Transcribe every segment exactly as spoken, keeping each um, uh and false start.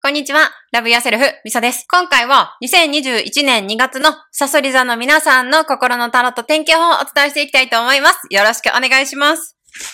こんにちは。ラブヤセルフ、みさです。今回はにせんにじゅういちねんにがつのさそり座の皆さんの心のタロット天気予報をお伝えしていきたいと思います。よろしくお願いします。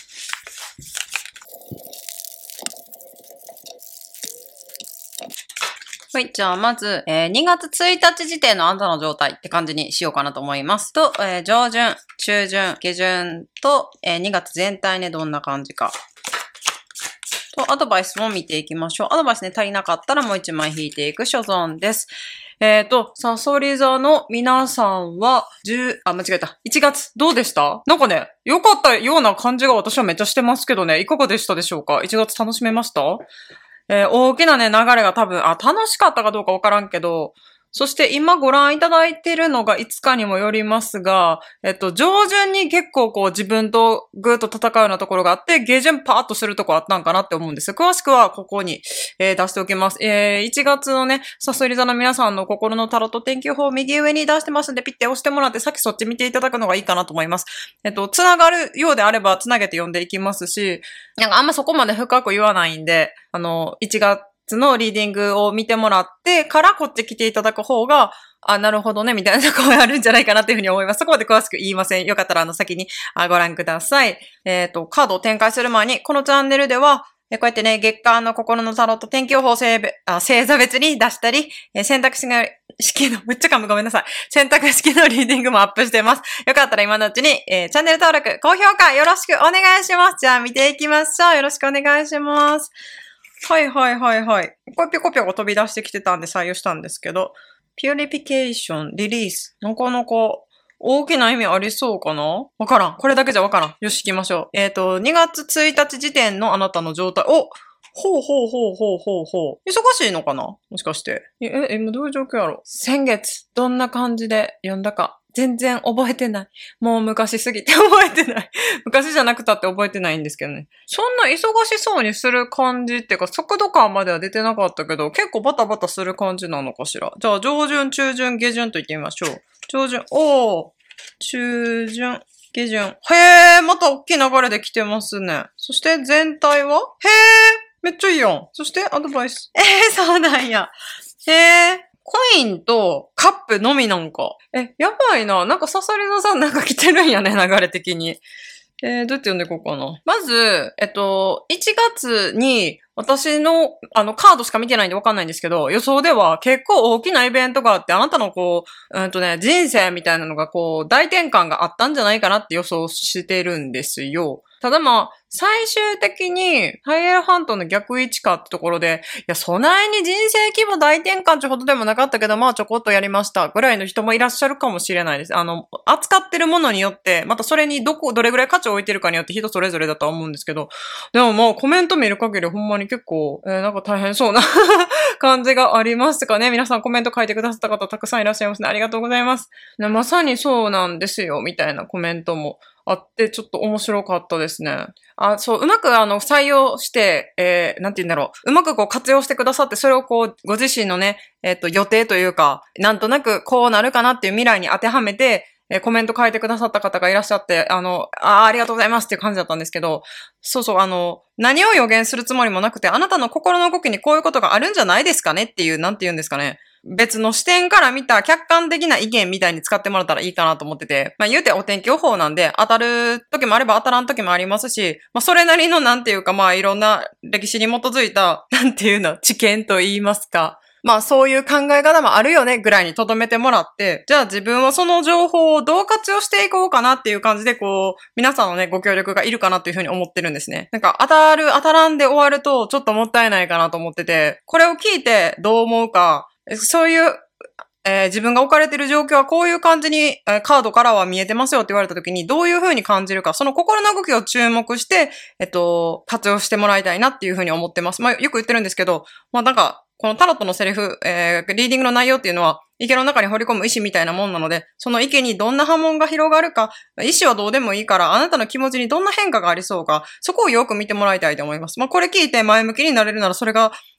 はい。じゃあ、まず、えー、にがつついたち時点のあなたの状態って感じにしようかなと思います。と、えー、上旬、中旬、下旬と、えー、にがつ全体ね、どんな感じか。と、アドバイスも見ていきましょう。アドバイスね、足りなかったらもう一枚引いていく所存です。えっと、サソリ座の皆さんは、じゅう、あ、間違えた。いちがつ、どうでした？なんかね、良かったような感じが私はめっちゃしてますけどね、いかがでしたでしょうか？ いち 月楽しめました？えー、大きなね、流れが多分、あ、楽しかったかどうかわからんけど、そして今ご覧いただいているのがいつかにもよりますが、えっと、上旬に結構こう自分とぐーっと戦うようなところがあって、下旬パーッとするとこあったんかなって思うんです。詳しくはここに、えー、出しておきます。えー、いちがつのね、さそり座の皆さんの心のタロット天気予報を右上に出してますんで、ピッて押してもらって、さっきそっち見ていただくのがいいかなと思います。えっと、つながるようであれば、つなげて読んでいきますし、なんかあんまそこまで深く言わないんで、あの、いちがつのリーディングを見てもらってからこっち来ていただく方が、あ、なるほどね、みたいなところがあるんじゃないかなっていうふうに思います。そこまで詳しく言いません。よかったらあの先にあご覧ください。えっと、カードを展開する前に、このチャンネルでは、こうやってね、月間の心のタロット天気予報を星座別に出したり、選択式の式の、めっちゃかむごめんなさい。選択式のリーディングもアップしてます。よかったら今のうちに、えー、チャンネル登録、高評価よろしくお願いします。じゃあ見ていきましょう。よろしくお願いします。はいはいはいはい。これピョコピョコ飛び出してきてたんで採用したんですけど、ピュリフィケーション、リリース。なかなか大きな意味ありそうかな？わからん。これだけじゃわからん。よし、行きましょう。えっと、にがつついたち時点のあなたの状態。お！ほうほうほうほうほうほう。忙しいのかな？もしかして。え、え、今どういう状況やろ？先月、どんな感じで読んだか。全然覚えてない。もう昔すぎて覚えてない。昔じゃなくたって覚えてないんですけどね。そんな忙しそうにする感じっていうか、速度感までは出てなかったけど、結構バタバタする感じなのかしら。じゃあ、上旬、中旬、下旬と言ってみましょう。上旬、おー、中旬、下旬。へー、また大きい流れで来てますね。そして全体は？へー、めっちゃいいやん。そしてアドバイス。えー、そうなんや。へー。コインとカップのみなんか。え、やばいな。なんかサソリ座さんなんか来てるんやね、流れ的に。えー、どうやって読んでいこうかな。まず、えっと、いちがつに私の、あの、カードしか見てないんでわかんないんですけど、予想では結構大きなイベントがあって、あなたのこう、うんとね、人生みたいなのがこう、大転換があったんじゃないかなって予想してるんですよ。ただまあ、最終的に、ハイエルハントの逆位置かってところで、いや、そないに人生規模大転換ってほどでもなかったけど、まあちょこっとやりましたぐらいの人もいらっしゃるかもしれないです。あの、扱ってるものによって、またそれにどこ、どれぐらい価値を置いてるかによって人それぞれだとは思うんですけど、でももうコメント見る限りほんまに結構、えー、なんか大変そうな感じがありますかね。皆さんコメント書いてくださった方たくさんいらっしゃいますね。ありがとうございます。まさにそうなんですよ、みたいなコメントもあって、ちょっと面白かったですね。あ、そう、うまくあの、採用して、えー、なんて言うんだろう。うまくこう活用してくださって、それをこう、ご自身のね、えっと、予定というか、なんとなくこうなるかなっていう未来に当てはめて、えー、コメント書いてくださった方がいらっしゃって、あの、あ、ありがとうございますっていう感じだったんですけど、そうそう、あの、何を予言するつもりもなくて、あなたの心の動きにこういうことがあるんじゃないですかねっていう、なんて言うんですかね。別の視点から見た客観的な意見みたいに使ってもらったらいいかなと思ってて、まあ言うてお天気予報なんで当たる時もあれば当たらん時もありますし、まあそれなりのなんていうかまあいろんな歴史に基づいた、なんていうの、知見と言いますか。まあそういう考え方もあるよねぐらいに留めてもらって、じゃあ自分はその情報をどう活用していこうかなっていう感じでこう、皆さんのね、ご協力がいるかなっていうふうに思ってるんですね。なんか当たる当たらんで終わるとちょっともったいないかなと思ってて、これを聞いてどう思うか、そういう、えー、自分が置かれている状況はこういう感じに、えー、カードからは見えてますよって言われた時にどういう風に感じるか、その心の動きを注目して、えっと、活用してもらいたいなっていう風に思ってます。まあ、よく言ってるんですけど、まあなんか、このタロットのセリフ、えー、リーディングの内容っていうのは、池の中に掘り込む意志みたいなもんなので、その池にどんな波紋が広がるか、意志はどうでもいいから、あなたの気持ちにどんな変化がありそうか、そこをよく見てもらいたいと思います。まあこれ聞いて前向きになれるならそれが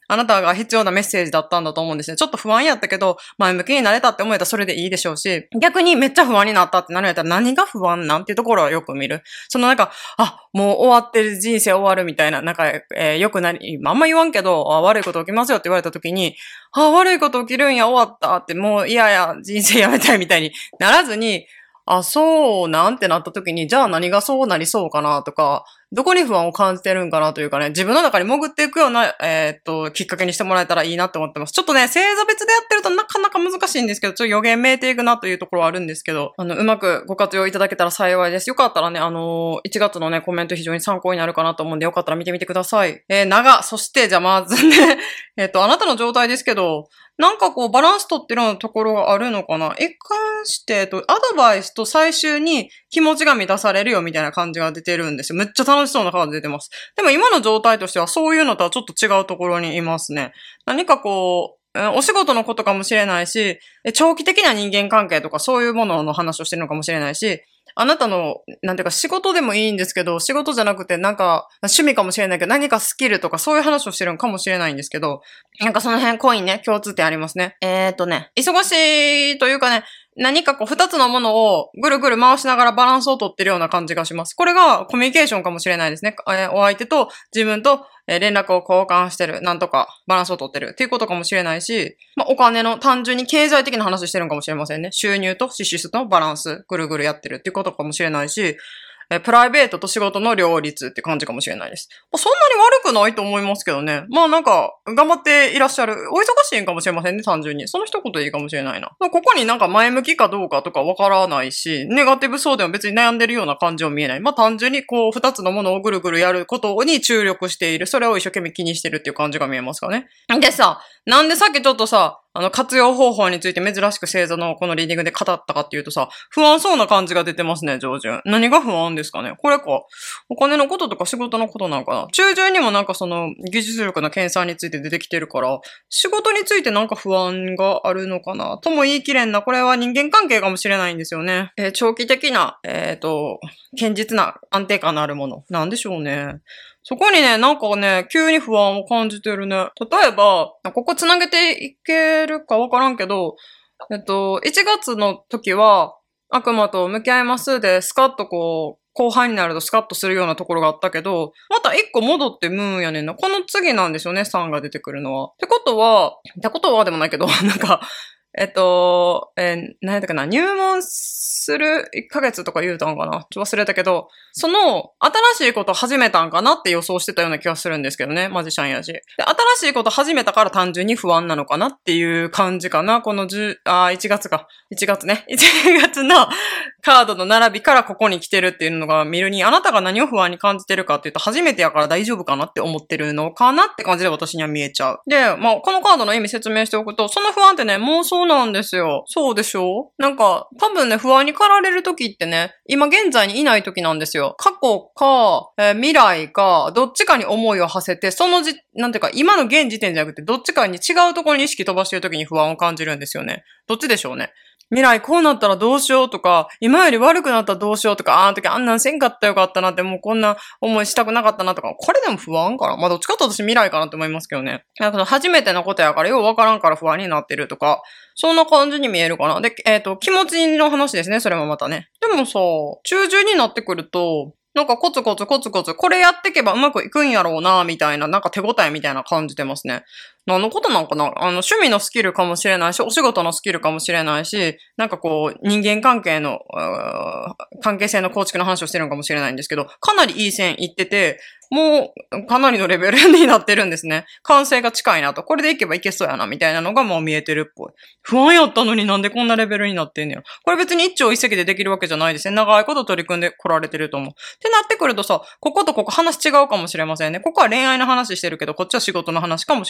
あなたが必要なメッセージだったんだと思うんですね。ちょっと不安やったけど、前向きになれたって思えたらそれでいいでしょうし、逆にめっちゃ不安になったってなるんやったら何が不安なんていうところはよく見る。そのなんか、あ、もう終わってる人生終わるみたいな、なんか、えー、よくなり、あんま言わんけど、あ、悪いこと起きますよって言われた時に、あ、悪いこと起きるんや、終わったって、もう嫌や、人生やめたいみたいにならずに、あ、そうなんてなった時に、じゃあ何がそうなりそうかなとか、どこに不安を感じてるんかなというかね、自分の中に潜っていくような、えー、っと、きっかけにしてもらえたらいいなって思ってます。ちょっとね、星座別でやってるとなかなか難しいんですけど、ちょっと予言めいていくなというところはあるんですけど、あの、うまくご活用いただけたら幸いです。よかったらね、あのー、いちがつのね、コメント非常に参考になるかなと思うんで、よかったら見てみてください。えー、長、そして、じゃあまずね、えっと、あなたの状態ですけど、なんかこうバランス取ってるようなところがあるのかな。一貫して、えっと、アドバイスと最終に気持ちが満たされるよみたいな感じが出てるんですよ。めっちゃ楽しそうなカード出てます。でも今の状態としてはそういうのとはちょっと違うところにいますね。何かこう、お仕事のことかもしれないし、長期的な人間関係とかそういうものの話をしてるのかもしれないし、あなたの、なんていうか仕事でもいいんですけど、仕事じゃなくてなんか趣味かもしれないけど、何かスキルとかそういう話をしてるのかもしれないんですけど、なんかその辺コインね、共通点ありますね。えーっとね、忙しいというかね、何かこう二つのものをぐるぐる回しながらバランスをとってるような感じがします。これがコミュニケーションかもしれないですね。えー、お相手と自分と連絡を交換してる。なんとかバランスをとってるっていうことかもしれないし、まあ、お金の単純に経済的な話してるのかもしれませんね。収入と支出とバランス、ぐるぐるやってるっていうことかもしれないし、えプライベートと仕事の両立って感じかもしれないです。まあ、そんなに悪くないと思いますけどね。まあなんか、頑張っていらっしゃる。お忙しいんかもしれませんね、単純に。その一言でいいかもしれないな。ここになんか前向きかどうかとかわからないし、ネガティブそうでも別に悩んでるような感じは見えない。まあ単純にこう、二つのものをぐるぐるやることに注力している。それを一生懸命気にしてるっていう感じが見えますかね。でさ、なんでさっきちょっとさ、あの、活用方法について珍しく星座のこのリーディングで語ったかっていうとさ、不安そうな感じが出てますね、上旬。何が不安ですかね。これか。お金のこととか仕事のことなのかな。中旬にもなんかその技術力の計算について出てきてるから、仕事についてなんか不安があるのかなとも言い切れんな。これは人間関係かもしれないんですよね。えー、長期的な、えっと、堅実な安定感のあるもの。なんでしょうね。そこにね、なんかね、急に不安を感じてるね。例えば、ここつなげていけるかわからんけど、えっと、いちがつの時は、悪魔と向き合いますで、スカッとこう、後半になるとスカッとするようなところがあったけど、また一個戻ってムーンやねんな。この次なんですよね、さんが出てくるのは。ってことは、ってことはでもないけど、なんか、えっと、えー、何やったかな、入門するいっかげつとか言うたんかな、ちょっと忘れたけど、その、新しいこと始めたんかなって予想してたような気がするんですけどね、マジシャンやし。で、新しいこと始めたから単純に不安なのかなっていう感じかな、この10、あ、いちがつか。いちがつね。いちがつのカードの並びからここに来てるっていうのが見るに、あなたが何を不安に感じてるかっていうと、初めてやから大丈夫かなって思ってるのかなって感じで私には見えちゃう。で、まあ、このカードの意味説明しておくと、その不安ってね、妄想なんですよ。そうでしょ？なんか、多分ね、不安に駆られる時ってね、今現在にいない時なんですよ。過去か、えー、未来か、どっちかに思いを馳せて、そのじ、なんていうか、今の現時点じゃなくて、どっちかに違うところに意識飛ばしてる時に不安を感じるんですよね。どっちでしょうね。未来こうなったらどうしようとか、今より悪くなったらどうしようとか、あの時あんなんせんかったらよかったなって、もうこんな思いしたくなかったなとか、これでも不安かな？まあどっちかと私未来かなって思いますけどね。なんか初めてのことやからようわからんから不安になってるとか、そんな感じに見えるかな。で、えっと、気持ちの話ですね、それもまたね。でもさ、中旬になってくると、なんかコツコツコツコツ、これやっていけばうまくいくんやろうな、みたいな、なんか手応えみたいな感じてますね。何のことなんかな？あの、趣味のスキルかもしれないし、お仕事のスキルかもしれないし、なんかこう、人間関係の、関係性の構築の話をしてるのかもしれないんですけど、かなりいい線いってて、もう、かなりのレベルになってるんですね。完成が近いなと。これでいけばいけそうやな、みたいなのがもう見えてるっぽい。不安やったのになんでこんなレベルになってんねや。これ別に一朝一夕でできるわけじゃないですね。長いこと取り組んで来られてると思う。ってなってくるとさ、こことここ話違うかもしれませんね。ここは恋愛の話してるけど、こっちは仕事の話かもしれない。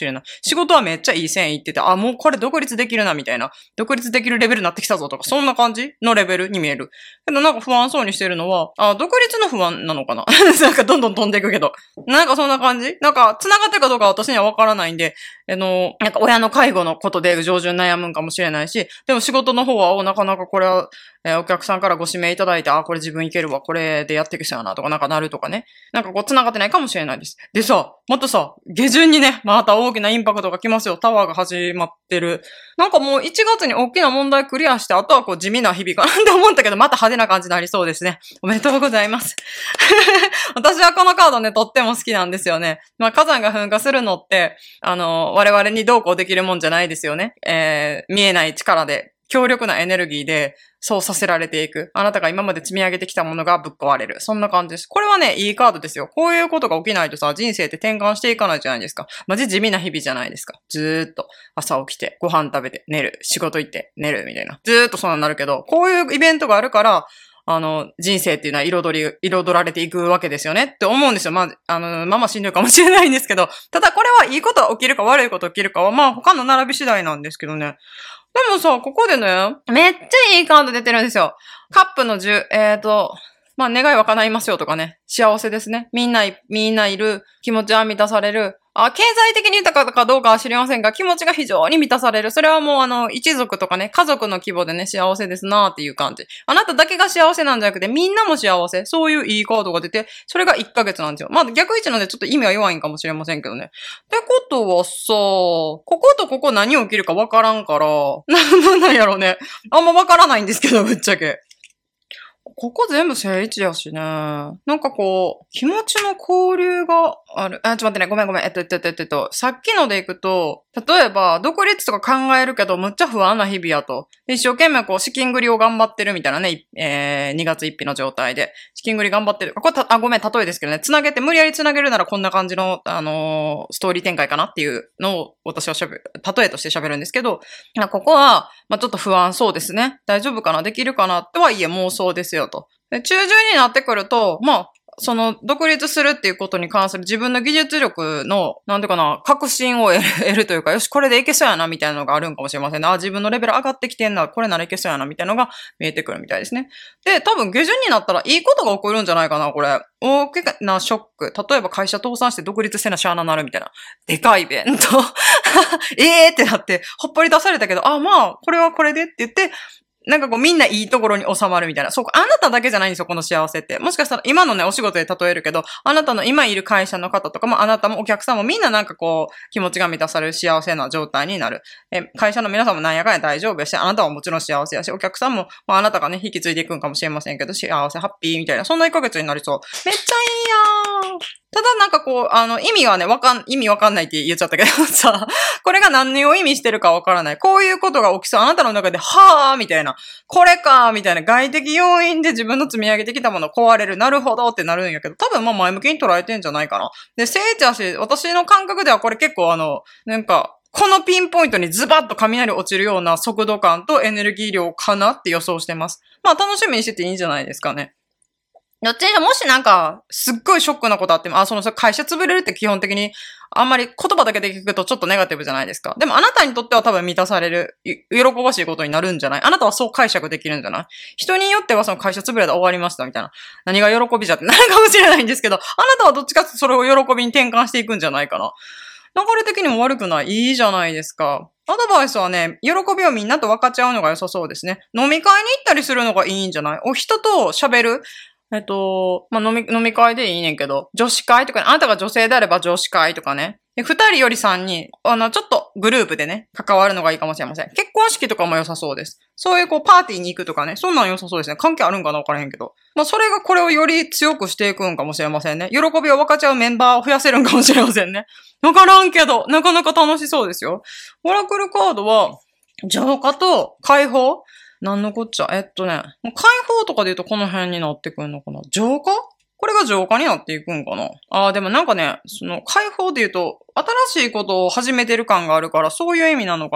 仕事はめっちゃいい線いってて、あ、もうこれ独立できるな、みたいな。独立できるレベルになってきたぞとか、そんな感じのレベルに見える。けどなんか不安そうにしてるのは、あ、独立の不安なのかななんかどんどん飛んでいくけど。なんかそんな感じなんか繋がってるかどうかは私にはわからないんで、あの、なんか親の介護のことで上旬悩むんかもしれないし、でも仕事の方は、お、なかなかこれは、えー、お客さんからご指名いただいて、あ、これ自分いけるわ、これでやっていくしやな、とかなんかなるとかね。なんかこう繋がってないかもしれないです。でさ、またさ、下旬にね、また大きなインパクトが来ますよ。タワーが始まってる。なんかもういちがつに大きな問題クリアして、あとはこう地味な日々かなって思ったけど、また派手な感じになりそうですね。おめでとうございます。私はこのカードね、とっても好きなんですよね。まあ火山が噴火するのって、あの、我々にどうこうできるもんじゃないですよね。えー、見えない力で、強力なエネルギーで、そうさせられていく。あなたが今まで積み上げてきたものがぶっ壊れる。そんな感じです。これはね、いいカードですよ。こういうことが起きないとさ、人生って転換していかないじゃないですか。マジ地味な日々じゃないですか。ずーっと朝起きて、ご飯食べて、寝る。仕事行って、寝る。みたいな。ずーっとそんなになるけど、こういうイベントがあるから、あの、人生っていうのは彩り、彩られていくわけですよねって思うんですよ。まあ、あの、まあまあしんどいかもしれないんですけど、ただこれはいいことが起きるか悪いことが起きるかは、まあ他の並び次第なんですけどね。でもさ、ここでね、めっちゃいいカード出てるんですよ。カップのじゅう、えーと、まあ願いは叶いますよとかね。幸せですね。みんない、みんないる。気持ちは満たされる。あ、経済的に豊かかどうかは知りませんが、気持ちが非常に満たされる。それはもうあの、一族とかね、家族の規模でね、幸せですなーっていう感じ。あなただけが幸せなんじゃなくて、みんなも幸せ。そういういいカードが出て、それがいっかげつなんですよ。まあ逆位置なんでちょっと意味は弱いんかもしれませんけどね。ってことはさ、こことここ何起きるかわからんから、なんなんやろうね。あんまわからないんですけど、ぶっちゃけ。ここ全部正位置やしね。なんかこう、気持ちの交流がある。あ、ちょっと待ってね。ごめんごめん。えっと、えっと、えっと、えっと、さっきのでいくと、例えば、独立とか考えるけど、むっちゃ不安な日々やと。一生懸命こう、資金繰りを頑張ってるみたいなね。えー、にがつついたちの状態で。資金繰り頑張ってる。これた、あ、ごめん、例えですけどね。つなげて、無理やりつなげるならこんな感じの、あのー、ストーリー展開かなっていうのを私はしゃべる、例えとして喋るんですけど、ここは、まあ、ちょっと不安そうですね。大丈夫かなできるかなとはいえ妄想ですよと。で中旬になってくると、まあ、その、独立するっていうことに関する自分の技術力の、なんていうかな、確信を得る得るというか、よし、これでいけそうやな、みたいなのがあるんかもしれませんね。あ、自分のレベル上がってきてんな、これならいけそうやな、みたいなのが見えてくるみたいですね。で、多分下旬になったらいいことが起こるんじゃないかな、これ。大きなショック。例えば会社倒産して独立せなしゃあななるみたいな。でかいイベント。えーってなって、ほっぽり出されたけど、あ、まあ、これはこれでって言って、なんかこうみんないいところに収まるみたいな。そう、あなただけじゃないんですよ、この幸せって。もしかしたら今のね、お仕事で例えるけど、あなたの今いる会社の方とかも、あなたもお客さんもみんななんかこう、気持ちが満たされる幸せな状態になる。え、会社の皆さんもなんやかんや大丈夫やし、あなたはもちろん幸せやし、お客さんも、まああなたがね、引き継いでいくんかもしれませんけど、幸せ、ハッピーみたいな、そんないっかげつになりそう。めっちゃいいやー。ただなんかこう、あの、意味はね、わかん、意味わかんないって言っちゃったけどさ、これが何を意味してるかわからない。こういうことが起きそう。あなたの中で、はぁーみたいな。これかーみたいな。外的要因で自分の積み上げてきたもの壊れる。なるほどってなるんやけど、多分まあ前向きに捉えてんじゃないかな。で、聖地やし、私の感覚ではこれ結構あの、なんか、このピンポイントにズバッと雷落ちるような速度感とエネルギー量かなって予想してます。まあ楽しみにしてていいんじゃないですかね。どっちにしろもしなんか、すっごいショックなことあっても、あ、その会社潰れるって基本的に、あんまり言葉だけで聞くとちょっとネガティブじゃないですか。でもあなたにとっては多分満たされる、喜ばしいことになるんじゃないあなたはそう解釈できるんじゃない人によってはその会社潰れたら終わりましたみたいな。何が喜びじゃってなるかもしれないんですけど、あなたはどっちかってそれを喜びに転換していくんじゃないかな。流れ的にも悪くない。いいじゃないですか。アドバイスはね、喜びをみんなと分かっちゃうのが良さそうですね。飲み会に行ったりするのがいいんじゃないお人と喋る。えっと、まあ、飲み、飲み会でいいねんけど、女子会とかね、あなたが女性であれば女子会とかね。で、二人より三人、あの、ちょっとグループでね、関わるのがいいかもしれません。結婚式とかも良さそうです。そういうこう、パーティーに行くとかね、そんなん良さそうですね。関係あるんかなわからへんけど。まあ、それがこれをより強くしていくんかもしれませんね。喜びを分かち合うメンバーを増やせるんかもしれませんね。わからんけど、なかなか楽しそうですよ。オラクルカードは、浄化と解放なんのこっちゃ。えっとね、解放とかで言うとこの辺になってくるのかな。浄化これが浄化になっていくんかな。ああ、でもなんかね、その解放で言うと、新しいことを始めてる感があるから、そういう意味なのかな。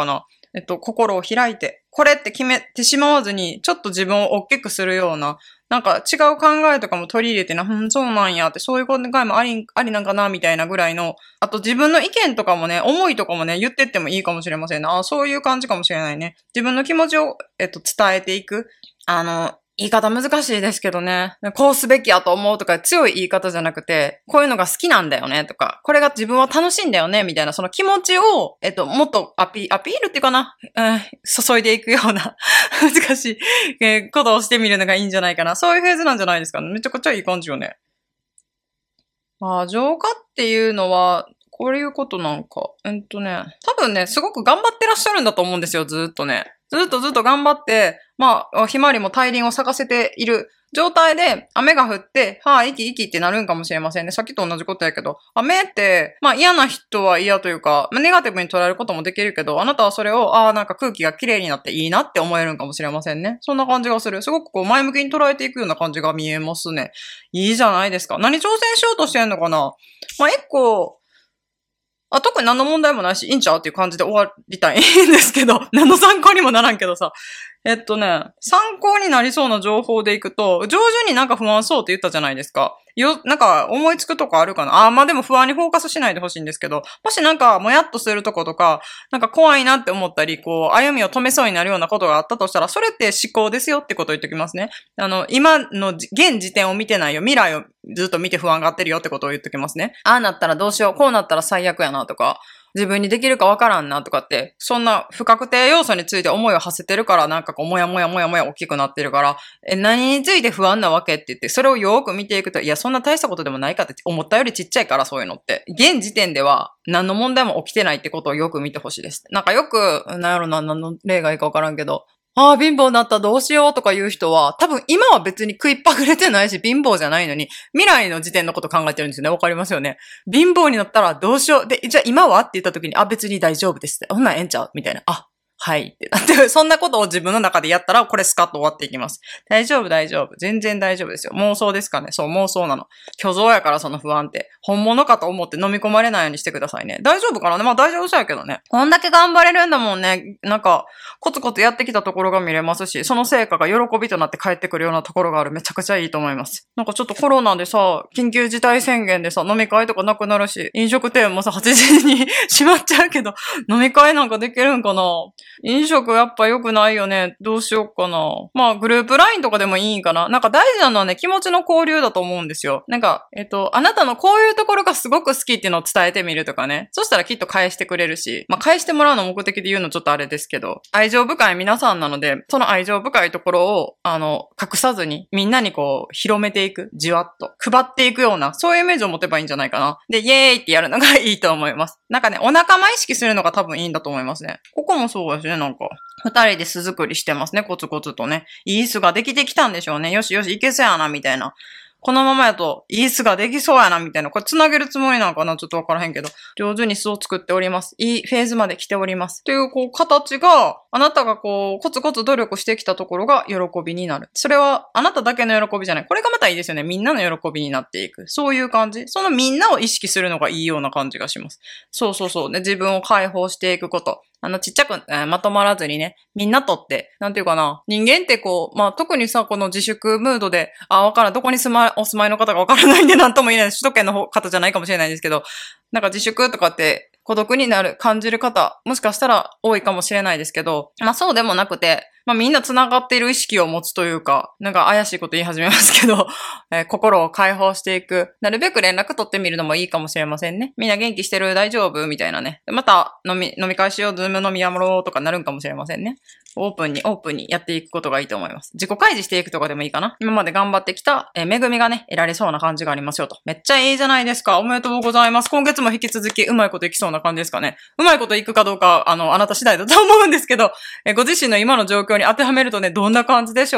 えっと、心を開いて、これって決めてしまわずに、ちょっと自分を大きくするような、なんか違う考えとかも取り入れてな、うん、そうなんやって、そういう考えもあり、ありなんかな、みたいなぐらいの、あと自分の意見とかもね、思いとかもね、言ってってもいいかもしれませんね。あ、そういう感じかもしれないね。自分の気持ちを、えっと、伝えていく。あの、言い方難しいですけどね。こうすべきやと思うとか強い言い方じゃなくて、こういうのが好きなんだよねとか、これが自分は楽しいんだよねみたいな、その気持ちを、えっと、もっとアピ、アピールっていうかな、うん、注いでいくような難しい、えー、ことをしてみるのがいいんじゃないかな。そういうフェーズなんじゃないですかね。めちゃくちゃいい感じよね。まあ、浄化っていうのは、こういうことなんか。えっとね、多分ね、すごく頑張ってらっしゃるんだと思うんですよ、ずーっとね。ずっとずっと頑張って、まあ、ひまわりも大輪を咲かせている状態で、雨が降って、はぁ、息息ってなるんかもしれませんね。さっきと同じことやけど、雨って、まあ嫌な人は嫌というか、ネガティブに捉えることもできるけど、あなたはそれを、ああ、なんか空気が綺麗になっていいなって思えるんかもしれませんね。そんな感じがする。すごくこう前向きに捉えていくような感じが見えますね。いいじゃないですか。何挑戦しようとしてんのかな。まあ、一個、あ、特に何の問題もないし、いいんちゃうっていう感じで終わりたいんですけど、何の参考にもならんけどさ。えっとね、参考になりそうな情報でいくと、上手になんか不安そうって言ったじゃないですか。よ、なんか思いつくとこあるかなあ、まあでも不安にフォーカスしないでほしいんですけど、もしなんかもやっとするとことか、なんか怖いなって思ったり、こう、歩みを止めそうになるようなことがあったとしたら、それって思考ですよってことを言っておきますね。あの、今の現時点を見てないよ。未来をずっと見て不安がってるよってことを言っておきますね。ああなったらどうしよう。こうなったら最悪やなとか。自分にできるかわからんなとかって、そんな不確定要素について思いを馳せてるから、なんかこう、もやもやもやもや大きくなってるから、え、何について不安なわけって言って、それをよーく見ていくと、いや、そんな大したことでもないかって思ったよりちっちゃいから、そういうのって。現時点では、何の問題も起きてないってことをよく見てほしいです。なんかよく、なんやろな、何の例がいいかわからんけど、ああ、貧乏になったどうしようとか言う人は、多分今は別に食いっぱぐれてないし、貧乏じゃないのに、未来の時点のこと考えてるんですよね。わかりますよね。貧乏になったらどうしよう。で、じゃあ今はって言った時に、あ、別に大丈夫ですって。ほんなんええんちゃうみたいな。あ、はいってなって、そんなことを自分の中でやったら、これスカッと終わっていきます。大丈夫、大丈夫。全然大丈夫ですよ。妄想ですかね。そう、妄想なの。虚像やからその不安って。本物かと思って飲み込まれないようにしてくださいね。大丈夫かなね。まあ大丈夫そうやけどね。こんだけ頑張れるんだもんね。なんか、コツコツやってきたところが見れますし、その成果が喜びとなって帰ってくるようなところがある。めちゃくちゃいいと思います。なんかちょっとコロナでさ、緊急事態宣言でさ、飲み会とかなくなるし、飲食店もさ、はちじに閉まっちゃうけど、飲み会なんかできるんかな。飲食やっぱ良くないよね。どうしようかな。まあ、グループラインとかでもいいんかな。なんか大事なのはね、気持ちの交流だと思うんですよ。なんか、えっと、あなたのこういうところがすごく好きっていうのを伝えてみるとかね。そしたらきっと返してくれるし、まあ、返してもらうの目的で言うのちょっとあれですけど、愛情深い皆さんなので、その愛情深いところを、あの、隠さずに、みんなにこう、広めていく。じわっと。配っていくような、そういうイメージを持てばいいんじゃないかな。で、イエーイってやるのがいいと思います。なんかね、お仲間意識するのが多分いいんだと思いますね。ここもそうですね、なんか。二人で巣作りしてますね、コツコツとね。いい巣ができてきたんでしょうね。よしよし、いけそうやな、みたいな。このままやと、いい巣ができそうやな、みたいな。これ繋げるつもりなのかなちょっとわからへんけど。上手に巣を作っております。いいフェーズまで来ております。という、こう、形が、あなたがこう、コツコツ努力してきたところが喜びになる。それは、あなただけの喜びじゃない。これがまたいいですよね。みんなの喜びになっていく。そういう感じ。そのみんなを意識するのがいいような感じがします。そうそうそう。で、自分を解放していくこと。あの、ちっちゃく、えー、まとまらずにね、みんなとって、なんていうかな、人間ってこう、まあ、特にさ、この自粛ムードで、あ、わからん、どこに住ま、お住まいの方がわからないんで、なんとも言えない、首都圏の方じゃないかもしれないんですけど、なんか自粛とかって、孤独になる、感じる方、もしかしたら多いかもしれないですけど、まあそうでもなくて、まあみんな繋がっている意識を持つというか、なんか怪しいこと言い始めますけど、えー、心を解放していく。なるべく連絡取ってみるのもいいかもしれませんね。みんな元気してる大丈夫みたいなね。また飲み、飲み会しよう、ズーム飲みやろうとかなるんかもしれませんね。オープンに、オープンにやっていくことがいいと思います。自己開示していくとかでもいいかな。今まで頑張ってきた、えー、恵みがね、得られそうな感じがありますよと。めっちゃいいじゃないですか。おめでとうございます。今月も引き続きうまいこといきそうな感じですかね。うまいこといくかどうか、あの、あなた次第だと思うんですけど、えー、ご自身の今の状況に当てはめるとね、どんな感じでしょうね。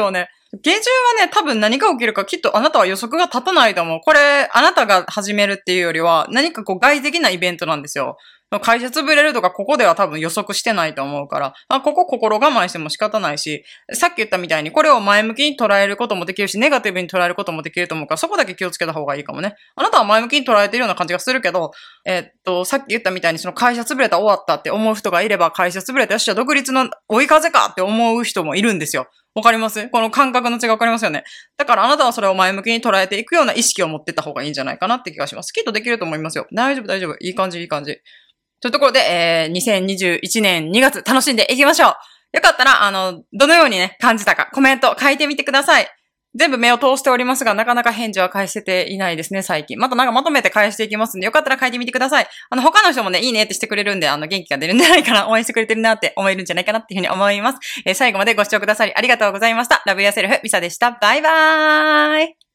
下旬はね、多分何が起きるかきっとあなたは予測が立たないと思う。これ、あなたが始めるっていうよりは、何かこう外的なイベントなんですよ。会社潰れるとか、ここでは多分予測してないと思うから、あ、ここ心構えしても仕方ないし、さっき言ったみたいにこれを前向きに捉えることもできるし、ネガティブに捉えることもできると思うから、そこだけ気をつけた方がいいかもね。あなたは前向きに捉えてるような感じがするけど、えーっと、さっき言ったみたいにその会社潰れた終わったって思う人がいれば、会社潰れたよっしゃ独立の追い風かって思う人もいるんですよ。わかります？この感覚の違いわかりますよね。だからあなたはそれを前向きに捉えていくような意識を持ってった方がいいんじゃないかなって気がします。きっとできると思いますよ。大丈夫大丈夫。いい感じいい感じ。というところで、えー、にせんにじゅういちねんにがつ楽しんでいきましょう。よかったら、あの、どのようにね、感じたかコメント書いてみてください。全部目を通しておりますが、なかなか返事は返せていないですね、最近。またなんかまとめて返していきますんで、よかったら書いてみてください。あの、他の人もね、いいねってしてくれるんで、あの、元気が出るんじゃないかな、応援してくれてるなって思えるんじゃないかなっていうふうに思います。えー、最後までご視聴くださりありがとうございました。ラブユアセルフ、ミサでした。バイバーイ。